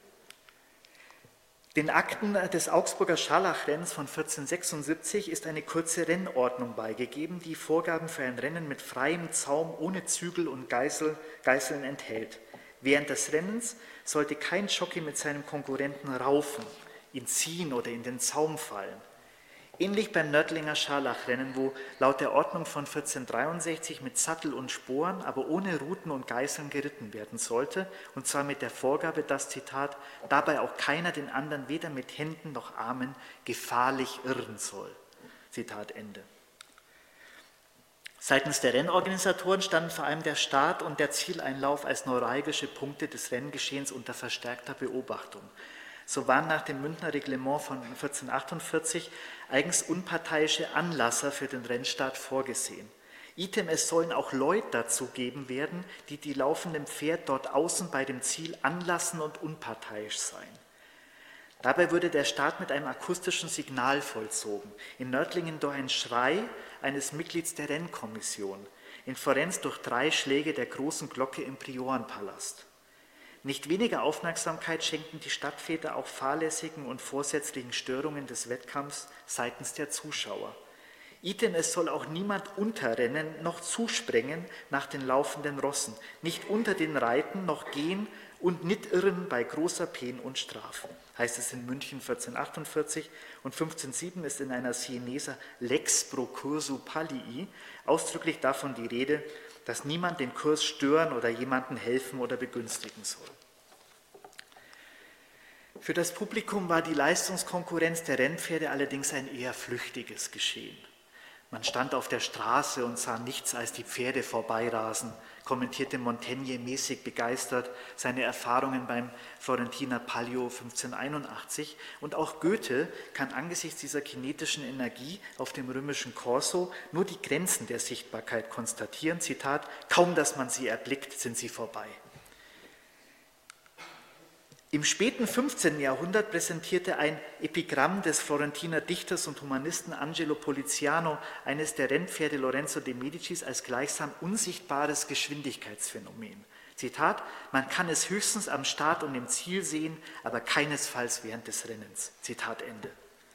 Speaker 2: Den Akten des Augsburger Scharlachrennens von 1476 ist eine kurze Rennordnung beigegeben, die Vorgaben für ein Rennen mit freiem Zaum ohne Zügel und Geißeln enthält. Während des Rennens sollte kein Jockey mit seinem Konkurrenten raufen, ihn ziehen oder in den Zaum fallen. Ähnlich beim Nördlinger Scharlachrennen, wo laut der Ordnung von 1463 mit Sattel und Sporen, aber ohne Ruten und Geißeln geritten werden sollte, und zwar mit der Vorgabe, dass, Zitat, dabei auch keiner den anderen weder mit Händen noch Armen gefahrlich irren soll. Zitat Ende. Seitens der Rennorganisatoren standen vor allem der Start und der Zieleinlauf als neuralgische Punkte des Renngeschehens unter verstärkter Beobachtung. So waren nach dem Münchner Reglement von 1448 eigens unparteiische Anlasser für den Rennstart vorgesehen. Item, es sollen auch Leute dazu geben werden, die die laufenden Pferd dort außen bei dem Ziel anlassen und unparteiisch sein. Dabei wurde der Start mit einem akustischen Signal vollzogen. In Nördlingen durch ein Schrei eines Mitglieds der Rennkommission, in Florenz durch 3 Schläge der großen Glocke im Priorenpalast. Nicht weniger Aufmerksamkeit schenkten die Stadtväter auch fahrlässigen und vorsätzlichen Störungen des Wettkampfs seitens der Zuschauer. Item, es soll auch niemand unterrennen noch zusprengen nach den laufenden Rossen, nicht unter den Reiten noch gehen und nicht irren bei großer Pen und Strafe, heißt es in München 1448, und 1507 ist in einer Sieneser Lex pro cursu pallii ausdrücklich davon die Rede, dass niemand den Kurs stören oder jemandem helfen oder begünstigen soll. Für das Publikum war die Leistungskonkurrenz der Rennpferde allerdings ein eher flüchtiges Geschehen. Man stand auf der Straße und sah nichts als die Pferde vorbeirasen, kommentierte Montaigne mäßig begeistert seine Erfahrungen beim Florentiner Palio 1581, und auch Goethe kann angesichts dieser kinetischen Energie auf dem römischen Corso nur die Grenzen der Sichtbarkeit konstatieren. Zitat, kaum dass man sie erblickt, sind sie vorbei. Im späten 15. Jahrhundert präsentierte ein Epigramm des Florentiner Dichters und Humanisten Angelo Poliziano eines der Rennpferde Lorenzo de Medicis als gleichsam unsichtbares Geschwindigkeitsphänomen. Zitat, man kann es höchstens am Start und im Ziel sehen, aber keinesfalls während des Rennens. Zitat Ende.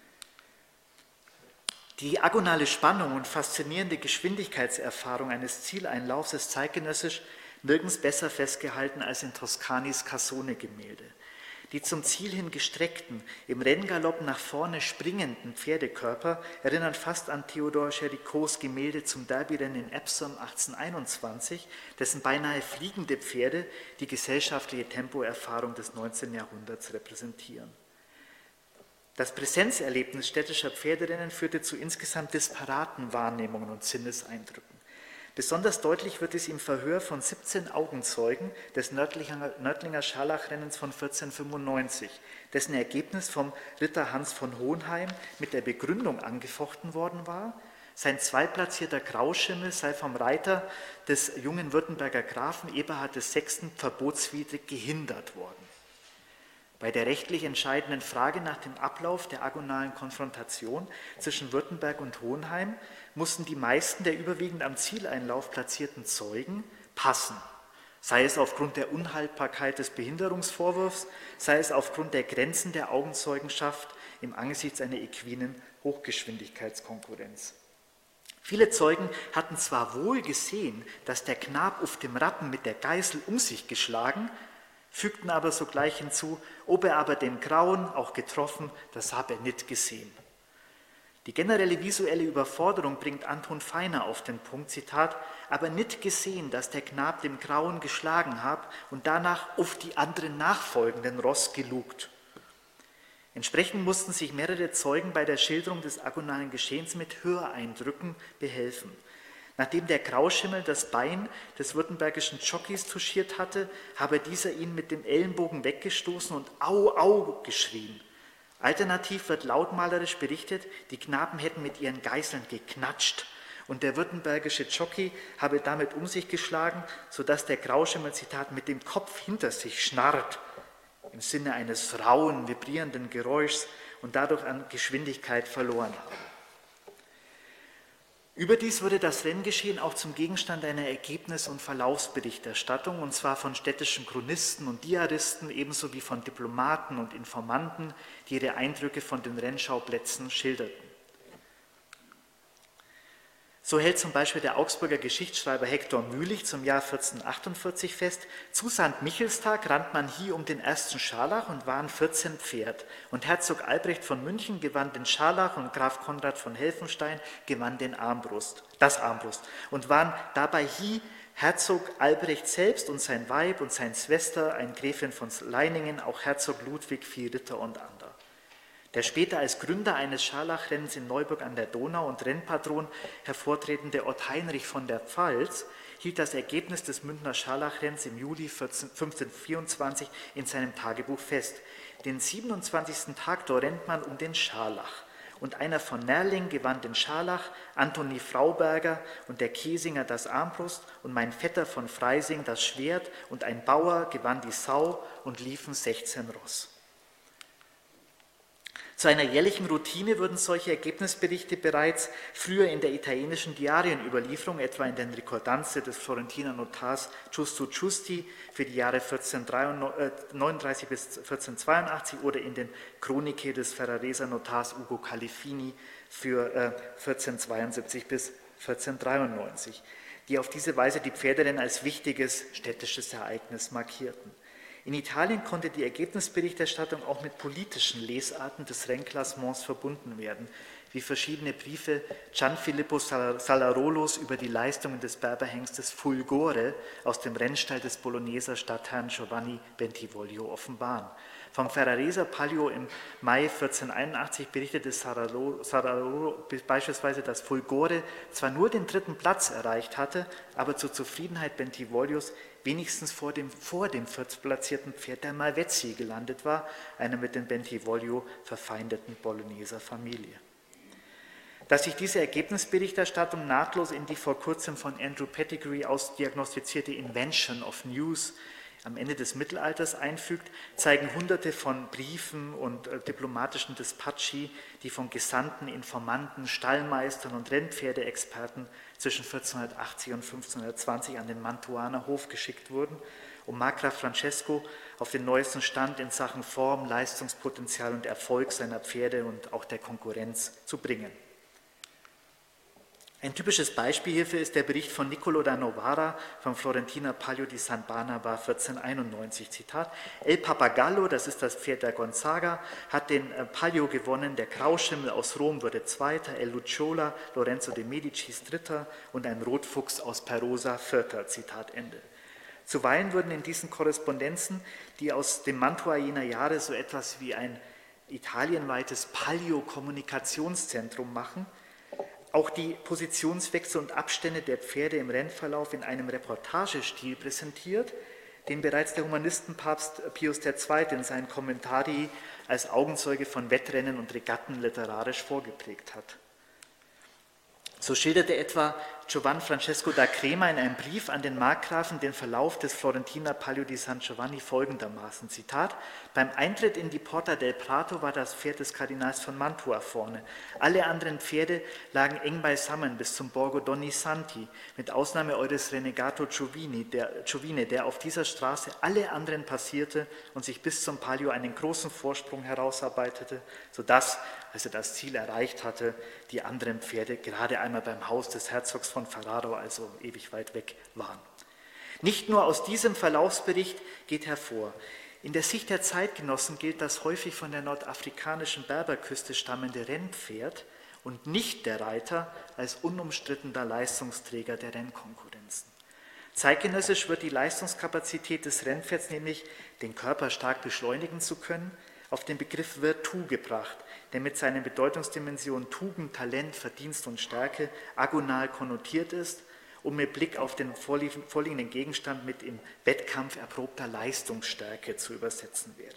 Speaker 2: Die agonale Spannung und faszinierende Geschwindigkeitserfahrung eines Zieleinlaufs ist zeitgenössisch nirgends besser festgehalten als in Toscanis Cassone-Gemälde. Die zum Ziel hin gestreckten, im Renngalopp nach vorne springenden Pferdekörper erinnern fast an Theodor Géricaults Gemälde zum Derbyrennen in Epsom 1821, dessen beinahe fliegende Pferde die gesellschaftliche Tempoerfahrung des 19. Jahrhunderts repräsentieren. Das Präsenzerlebnis städtischer Pferderennen führte zu insgesamt disparaten Wahrnehmungen und Sinneseindrücken. Besonders deutlich wird es im Verhör von 17 Augenzeugen des Nördlinger Scharlachrennens von 1495, dessen Ergebnis vom Ritter Hans von Hohenheim mit der Begründung angefochten worden war, sein zweitplatzierter Grauschimmel sei vom Reiter des jungen Württemberger Grafen Eberhard VI. Verbotswidrig gehindert worden. Bei der rechtlich entscheidenden Frage nach dem Ablauf der agonalen Konfrontation zwischen Württemberg und Hohenheim mussten die meisten der überwiegend am Zieleinlauf platzierten Zeugen passen, sei es aufgrund der Unhaltbarkeit des Behinderungsvorwurfs, sei es aufgrund der Grenzen der Augenzeugenschaft im Angesichts einer equinen Hochgeschwindigkeitskonkurrenz. Viele Zeugen hatten zwar wohl gesehen, dass der Knab auf dem Rappen mit der Geißel um sich geschlagen, fügten aber sogleich hinzu, ob er aber den Grauen auch getroffen, das habe er nicht gesehen. Die generelle visuelle Überforderung bringt Anton Feiner auf den Punkt, Zitat, aber nicht gesehen, dass der Knab dem Grauen geschlagen hab und danach auf die anderen nachfolgenden Ross gelugt. Entsprechend mussten sich mehrere Zeugen bei der Schilderung des agonalen Geschehens mit Höreindrücken behelfen. Nachdem der Grauschimmel das Bein des württembergischen Jockeys touchiert hatte, habe dieser ihn mit dem Ellenbogen weggestoßen und Au, Au geschrien. Alternativ wird lautmalerisch berichtet, die Knaben hätten mit ihren Geißeln geknatscht und der württembergische Jockey habe damit um sich geschlagen, sodass der Grauschimmel, Zitat, mit dem Kopf hinter sich schnarrt, im Sinne eines rauen, vibrierenden Geräuschs und dadurch an Geschwindigkeit verloren habe. Überdies wurde das Renngeschehen auch zum Gegenstand einer Ergebnis- und Verlaufsberichterstattung, und zwar von städtischen Chronisten und Diaristen, ebenso wie von Diplomaten und Informanten, die ihre Eindrücke von den Rennschauplätzen schilderten. So hält zum Beispiel der Augsburger Geschichtsschreiber Hektor Mühlich zum Jahr 1448 fest, zu St. Michelstag rannt man hier um den ersten Scharlach und waren 14 Pferd. Und Herzog Albrecht von München gewann den Scharlach und Graf Konrad von Helfenstein gewann das Armbrust. Und waren dabei hier Herzog Albrecht selbst und sein Weib und seine Schwester, ein Gräfin von Leiningen, auch Herzog Ludwig, 4 Ritter und andere. Der später als Gründer eines Scharlachrennens in Neuburg an der Donau und Rennpatron hervortretende Ott Heinrich von der Pfalz hielt das Ergebnis des Münchner Scharlachrennens im Juli 1524 in seinem Tagebuch fest. Den 27. Tag rennt man um den Scharlach. Und einer von Nerling gewann den Scharlach, Antoni Frauberger und der Käsinger das Armbrust und mein Vetter von Freising das Schwert und ein Bauer gewann die Sau und liefen 16 Ross. Zu einer jährlichen Routine wurden solche Ergebnisberichte bereits früher in der italienischen Diarienüberlieferung, etwa in den Ricordanze des Florentiner Notars Giusto Giusti für die Jahre 1439 bis 1482 oder in den Chronike des Ferrareser Notars Ugo Califini für 1472 bis 1493, die auf diese Weise die Pferderennen als wichtiges städtisches Ereignis markierten. In Italien konnte die Ergebnisberichterstattung auch mit politischen Lesarten des Rennklassements verbunden werden, wie verschiedene Briefe Gianfilippo Sallarolos über die Leistungen des Berberhengstes Fulgore aus dem Rennstall des Bologneser Stadtherrn Giovanni Bentivoglio offenbaren. Vom Ferrareser Palio im Mai 1481 berichtete Sararolo beispielsweise, dass Fulgore zwar nur den 3. Platz erreicht hatte, aber zur Zufriedenheit Bentivoglios wenigstens vor dem 4. platzierten Pferd der Malvezzi gelandet war, einer mit dem Bentivoglio verfeindeten Bologneser Familie. Dass sich diese Ergebnisberichterstattung nahtlos in die vor kurzem von Andrew Pettigrew ausdiagnostizierte Invention of News am Ende des Mittelalters einfügt, zeigen Hunderte von Briefen und diplomatischen Dispatchi, die von Gesandten, Informanten, Stallmeistern und Rennpferdeexperten zwischen 1480 und 1520 an den Mantuaner Hof geschickt wurden, um Markgraf Francesco auf den neuesten Stand in Sachen Form, Leistungspotenzial und Erfolg seiner Pferde und auch der Konkurrenz zu bringen. Ein typisches Beispiel hierfür ist der Bericht von Niccolò da Novara vom Florentiner Palio di San Barnaba 1491, Zitat: El Papagallo, das ist das Pferd der Gonzaga, hat den Palio gewonnen, der Grauschimmel aus Rom wurde Zweiter, El Lucciola, Lorenzo de Medicis Dritter und ein Rotfuchs aus Perosa Vierter, Zitat Ende. Zuweilen wurden in diesen Korrespondenzen, die aus dem Mantua jener Jahre so etwas wie ein italienweites Palio-Kommunikationszentrum machen, auch die Positionswechsel und Abstände der Pferde im Rennverlauf in einem Reportagestil präsentiert, den bereits der Humanistenpapst Pius II. In seinen Commentarii als Augenzeuge von Wettrennen und Regatten literarisch vorgeprägt hat. So schilderte etwa Giovan Francesco da Crema in einem Brief an den Markgrafen den Verlauf des Florentiner Palio di San Giovanni folgendermaßen, Zitat: Beim Eintritt in die Porta del Prato war das Pferd des Kardinals von Mantua vorne. Alle anderen Pferde lagen eng beisammen bis zum Borgo d'Ognissanti, mit Ausnahme eures Renegato Giovine, der auf dieser Straße alle anderen passierte und sich bis zum Palio einen großen Vorsprung herausarbeitete, sodass, als er das Ziel erreicht hatte, die anderen Pferde gerade einmal beim Haus des Herzogs von Ferraro, also ewig weit weg, waren. Nicht nur aus diesem Verlaufsbericht geht hervor: In der Sicht der Zeitgenossen gilt das häufig von der nordafrikanischen Berberküste stammende Rennpferd und nicht der Reiter als unumstrittener Leistungsträger der Rennkonkurrenzen. Zeitgenössisch wird die Leistungskapazität des Rennpferds, nämlich den Körper stark beschleunigen zu können, auf den Begriff Virtu gebracht, der mit seinen Bedeutungsdimensionen Tugend, Talent, Verdienst und Stärke agonal konnotiert ist und mit Blick auf den vorliegenden Gegenstand mit im Wettkampf erprobter Leistungsstärke zu übersetzen wäre.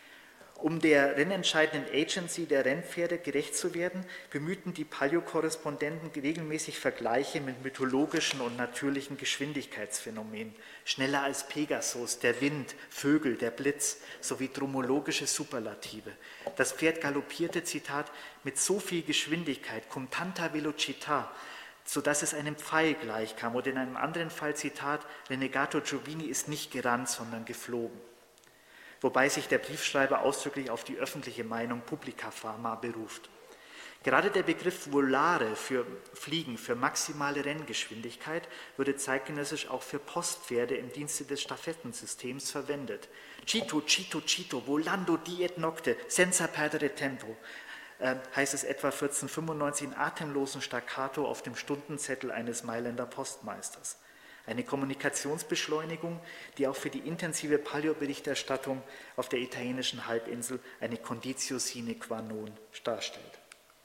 Speaker 2: Um der rennentscheidenden Agency der Rennpferde gerecht zu werden, bemühten die Palio-Korrespondenten regelmäßig Vergleiche mit mythologischen und natürlichen Geschwindigkeitsphänomenen, schneller als Pegasus, der Wind, Vögel, der Blitz, sowie dromologische Superlative. Das Pferd galoppierte, Zitat, mit so viel Geschwindigkeit, cum tanta velocità, sodass es einem Pfeil gleichkam, oder in einem anderen Fall, Zitat, Renegato Giovini ist nicht gerannt, sondern geflogen. Wobei sich der Briefschreiber ausdrücklich auf die öffentliche Meinung Publica Fama beruft. Gerade der Begriff volare für Fliegen, für maximale Renngeschwindigkeit, wurde zeitgenössisch auch für Postpferde im Dienste des Stafettensystems verwendet. Cito, cito, cito, volando diet nocte, senza perdere tempo, heißt es etwa 1495 in atemlosem Staccato auf dem Stundenzettel eines Mailänder Postmeisters. Eine Kommunikationsbeschleunigung, die auch für die intensive Paleo-Berichterstattung auf der italienischen Halbinsel eine Conditio sine qua non darstellt.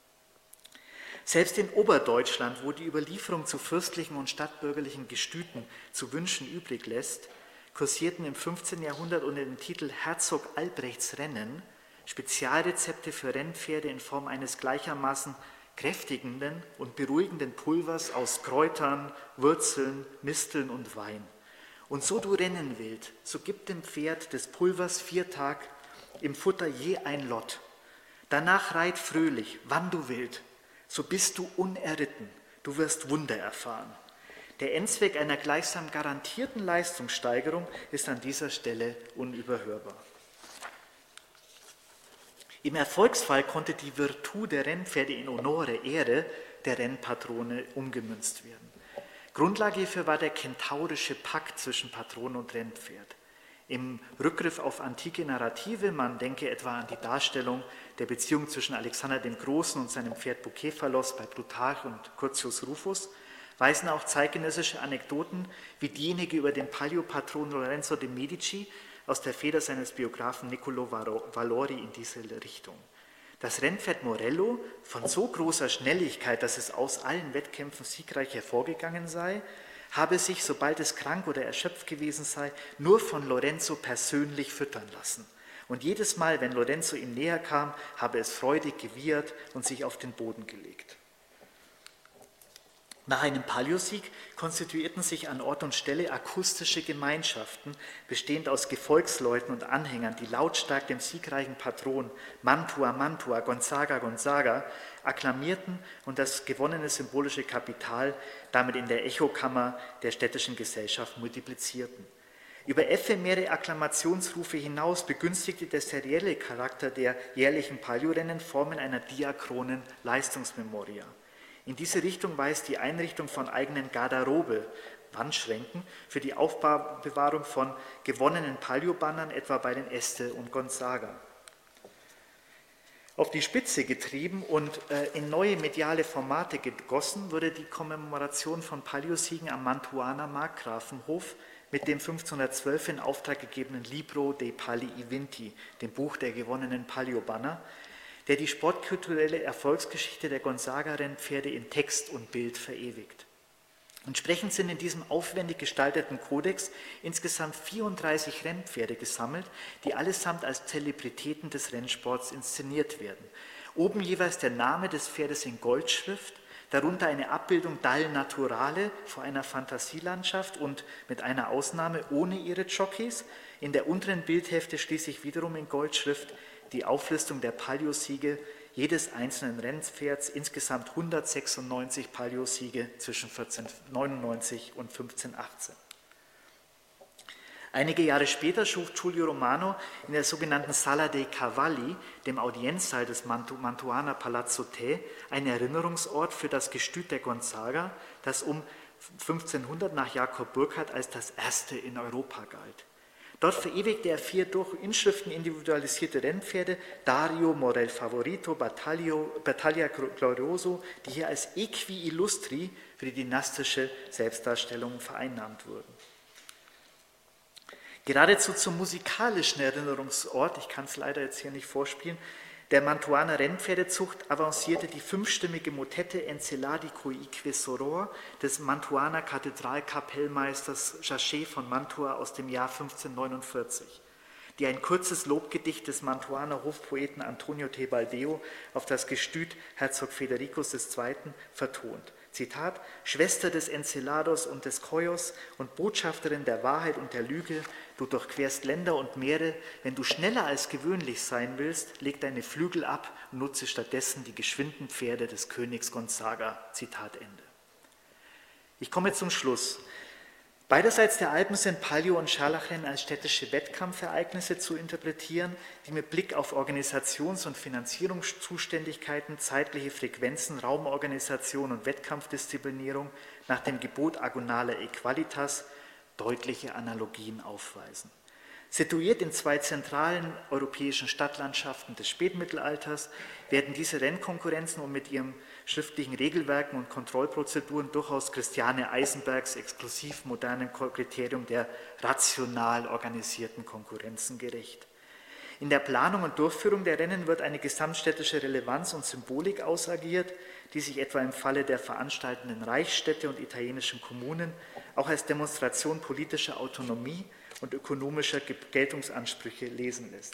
Speaker 2: Selbst in Oberdeutschland, wo die Überlieferung zu fürstlichen und stadtbürgerlichen Gestüten zu wünschen übrig lässt, kursierten im 15. Jahrhundert unter dem Titel Herzog Albrechts Rennen Spezialrezepte für Rennpferde in Form eines gleichermaßen kräftigenden und beruhigenden Pulvers aus Kräutern, Wurzeln, Misteln und Wein. Und so du rennen willst, so gib dem Pferd des Pulvers 4 Tag im Futter je ein Lot. Danach reit fröhlich, wann du willst, so bist du unerritten, du wirst Wunder erfahren. Der Endzweck einer gleichsam garantierten Leistungssteigerung ist an dieser Stelle unüberhörbar. Im Erfolgsfall konnte die Virtu der Rennpferde in Honore, Ehre der Rennpatrone umgemünzt werden. Grundlage hierfür war der kentaurische Pakt zwischen Patron und Rennpferd. Im Rückgriff auf antike Narrative, man denke etwa an die Darstellung der Beziehung zwischen Alexander dem Großen und seinem Pferd Bukephalos bei Plutarch und Curtius Rufus, weisen auch zeitgenössische Anekdoten wie diejenige über den Palio-Patron Lorenzo de Medici aus der Feder seines Biografen Niccolò Valori in diese Richtung. Das Rennpferd Morello, von so großer Schnelligkeit, dass es aus allen Wettkämpfen siegreich hervorgegangen sei, habe sich, sobald es krank oder erschöpft gewesen sei, nur von Lorenzo persönlich füttern lassen. Und jedes Mal, wenn Lorenzo ihm näher kam, habe es freudig gewiehert und sich auf den Boden gelegt. Nach einem Palio-Sieg konstituierten sich an Ort und Stelle akustische Gemeinschaften, bestehend aus Gefolgsleuten und Anhängern, die lautstark dem siegreichen Patron Mantua, Mantua, Gonzaga, Gonzaga akklamierten und das gewonnene symbolische Kapital damit in der Echokammer der städtischen Gesellschaft multiplizierten. Über ephemere Akklamationsrufe hinaus begünstigte der serielle Charakter der jährlichen Palio-Rennen Formen einer diachronen Leistungsmemoria. In diese Richtung weist die Einrichtung von eigenen Garderobe, Wandschränken, für die Aufbewahrung von gewonnenen Palio-Bannern, etwa bei den Este und Gonzaga. Auf die Spitze getrieben und in neue mediale Formate gegossen wurde die Kommemoration von Palio-Siegen am Mantuaner Markgrafenhof mit dem 1512 in Auftrag gegebenen Libro dei Palii Vinti, dem Buch der gewonnenen Palio-Banner, der die sportkulturelle Erfolgsgeschichte der Gonzaga-Rennpferde in Text und Bild verewigt. Entsprechend sind in diesem aufwendig gestalteten Kodex insgesamt 34 Rennpferde gesammelt, die allesamt als Zelebritäten des Rennsports inszeniert werden. Oben jeweils der Name des Pferdes in Goldschrift, darunter eine Abbildung Dal Naturale vor einer Fantasielandschaft und mit einer Ausnahme ohne ihre Jockeys. In der unteren Bildhälfte schließlich wiederum in Goldschrift die Auflistung der Palio-Siege jedes einzelnen Rennpferds, insgesamt 196 Palio-Siege zwischen 1499 und 1518. Einige Jahre später schuf Giulio Romano in der sogenannten Sala dei Cavalli, dem Audienzsaal des Mantuaner Palazzo Te, einen Erinnerungsort für das Gestüt der Gonzaga, das um 1500 nach Jakob Burckhardt als das erste in Europa galt. Dort verewigte er 4 durch Inschriften individualisierte Rennpferde, Dario, Morel Favorito, Battaglia Glorioso, die hier als Equi Illustri für die dynastische Selbstdarstellung vereinnahmt wurden. Geradezu zum musikalischen Erinnerungsort, ich kann es leider jetzt hier nicht vorspielen, der Mantuaner Rennpferdezucht avancierte die 5-stimmige Motette Enceladico ique soror des Mantuaner Kathedralkapellmeisters Jachet von Mantua aus dem Jahr 1549, die ein kurzes Lobgedicht des Mantuaner Hofpoeten Antonio Tebaldeo auf das Gestüt Herzog Federicus II. Vertont. Zitat: Schwester des Encelados und des Koios und Botschafterin der Wahrheit und der Lüge, du durchquerst Länder und Meere, wenn du schneller als gewöhnlich sein willst, leg deine Flügel ab und nutze stattdessen die geschwinden Pferde des Königs Gonzaga. Zitat Ende. Ich komme zum Schluss. Beiderseits der Alpen sind Palio- und Scharlachrennen als städtische Wettkampfereignisse zu interpretieren, die mit Blick auf Organisations- und Finanzierungszuständigkeiten, zeitliche Frequenzen, Raumorganisation und Wettkampfdisziplinierung nach dem Gebot agonale Equalitas deutliche Analogien aufweisen. Situiert in 2 zentralen europäischen Stadtlandschaften des Spätmittelalters werden diese Rennkonkurrenzen und mit ihren schriftlichen Regelwerken und Kontrollprozeduren durchaus Christiane Eisenbergs exklusiv modernen Kriterium der rational organisierten Konkurrenzen gerecht. In der Planung und Durchführung der Rennen wird eine gesamtstädtische Relevanz und Symbolik ausagiert, die sich etwa im Falle der veranstaltenden Reichsstädte und italienischen Kommunen auch als Demonstration politischer Autonomie und ökonomischer Geltungsansprüche lesen lässt.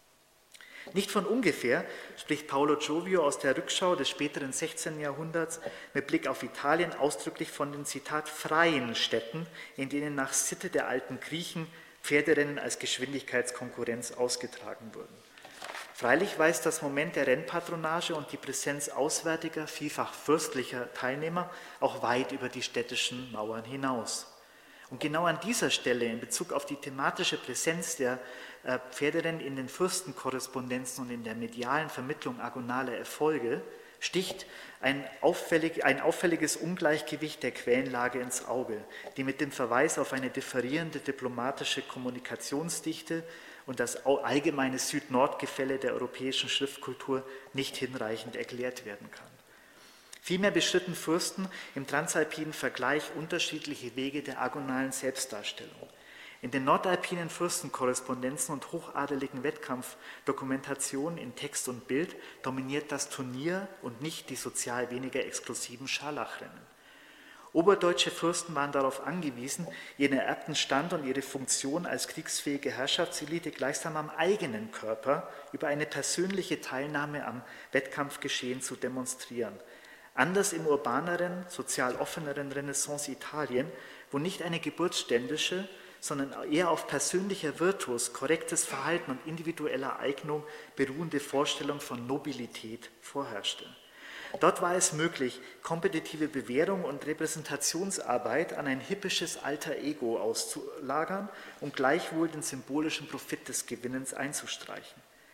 Speaker 2: Nicht von ungefähr spricht Paolo Giovio aus der Rückschau des späteren 16. Jahrhunderts mit Blick auf Italien ausdrücklich von den, Zitat, freien Städten, in denen nach Sitte der alten Griechen Pferderennen als Geschwindigkeitskonkurrenz ausgetragen wurden. Freilich weist das Moment der Rennpatronage und die Präsenz auswärtiger, vielfach fürstlicher Teilnehmer auch weit über die städtischen Mauern hinaus. Und genau an dieser Stelle in Bezug auf die thematische Präsenz der Pferderennen in den Fürstenkorrespondenzen und in der medialen Vermittlung agonaler Erfolge sticht ein auffälliges Ungleichgewicht der Quellenlage ins Auge, die mit dem Verweis auf eine differierende diplomatische Kommunikationsdichte und das allgemeine Süd-Nord-Gefälle der europäischen Schriftkultur nicht hinreichend erklärt werden kann. Vielmehr beschritten Fürsten im transalpinen Vergleich unterschiedliche Wege der agonalen Selbstdarstellung. In den nordalpinen Fürstenkorrespondenzen und hochadeligen Wettkampfdokumentationen in Text und Bild dominiert das Turnier und nicht die sozial weniger exklusiven Scharlachrennen. Oberdeutsche Fürsten waren darauf angewiesen, ihren ererbten Stand und ihre Funktion als kriegsfähige Herrschaftselite gleichsam am eigenen Körper über eine persönliche Teilnahme am Wettkampfgeschehen zu demonstrieren. Anders im urbaneren, sozial offeneren Renaissance Italien, wo nicht eine geburtsständische, sondern eher auf persönlicher Virtus, korrektes Verhalten und individueller Eignung beruhende Vorstellung von Nobilität vorherrschte. Dort war es möglich, kompetitive Bewährung und Repräsentationsarbeit an ein hippisches Alter Ego auszulagern und gleichwohl den symbolischen Profit des Gewinnens einzustreichen.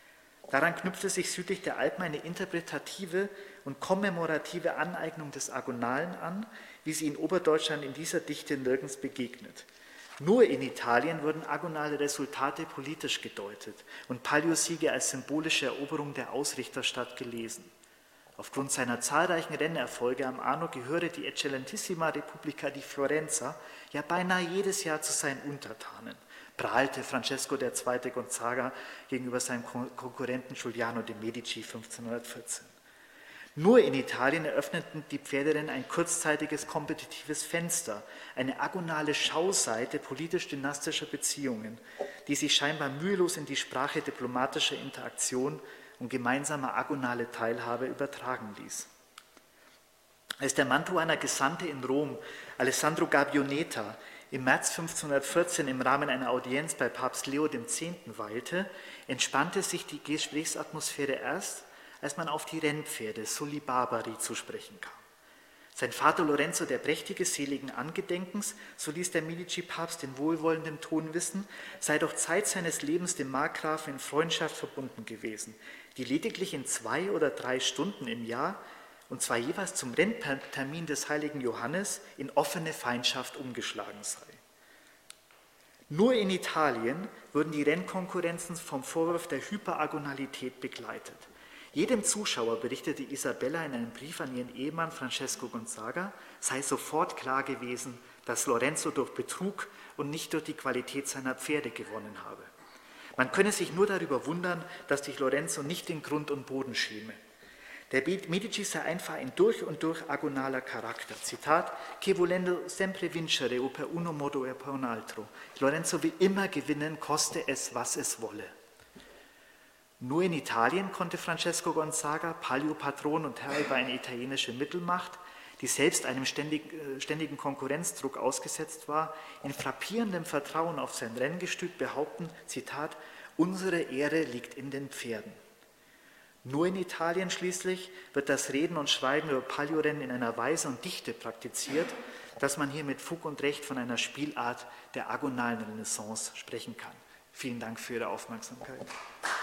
Speaker 2: Daran knüpfte sich südlich der Alpen eine interpretative und kommemorative Aneignung des Agonalen an, wie sie in Oberdeutschland in dieser Dichte nirgends begegnet. Nur in Italien wurden agonale Resultate politisch gedeutet und Palio-Siege als symbolische Eroberung der Ausrichterstadt gelesen. Aufgrund seiner zahlreichen Rennerfolge am Arno gehöre die Eccellentissima Repubblica di Fiorenza ja beinahe jedes Jahr zu seinen Untertanen, prahlte Francesco II. Gonzaga gegenüber seinem Konkurrenten Giuliano de' Medici 1514. Nur in Italien eröffneten die Pferderennen ein kurzzeitiges kompetitives Fenster, eine agonale Schauseite politisch-dynastischer Beziehungen, die sich scheinbar mühelos in die Sprache diplomatischer Interaktion und gemeinsamer agonale Teilhabe übertragen ließ. Als der Mantuaner Gesandte in Rom, Alessandro Gabioneta, im März 1514 im Rahmen einer Audienz bei Papst Leo X. weilte, entspannte sich die Gesprächsatmosphäre erst, als man auf die Rennpferde Sully Barbari zu sprechen kam. Sein Vater Lorenzo der Prächtige seligen Angedenkens, so ließ der Medici-Papst in wohlwollendem Ton wissen, sei doch Zeit seines Lebens dem Markgrafen in Freundschaft verbunden gewesen, die lediglich in 2 oder 3 Stunden im Jahr, und zwar jeweils zum Renntermin des heiligen Johannes, in offene Feindschaft umgeschlagen sei. Nur in Italien wurden die Rennkonkurrenzen vom Vorwurf der Hyperagonalität begleitet. Jedem Zuschauer, berichtete Isabella in einem Brief an ihren Ehemann Francesco Gonzaga, sei sofort klar gewesen, dass Lorenzo durch Betrug und nicht durch die Qualität seiner Pferde gewonnen habe. Man könne sich nur darüber wundern, dass sich Lorenzo nicht in Grund und Boden schäme. Der Medici sei einfach ein durch und durch agonaler Charakter. Zitat, che volendo sempre vincere o per uno modo o per un altro. Lorenzo will immer gewinnen, koste es, was es wolle. Nur in Italien konnte Francesco Gonzaga, Palio-Patron und Herr über eine italienische Mittelmacht, die selbst einem ständigen Konkurrenzdruck ausgesetzt war, in frappierendem Vertrauen auf sein Renngestüt behaupten, Zitat, unsere Ehre liegt in den Pferden. Nur in Italien schließlich wird das Reden und Schreiben über Palio-Rennen in einer Weise und Dichte praktiziert, dass man hier mit Fug und Recht von einer Spielart der agonalen Renaissance sprechen kann. Vielen Dank für Ihre Aufmerksamkeit.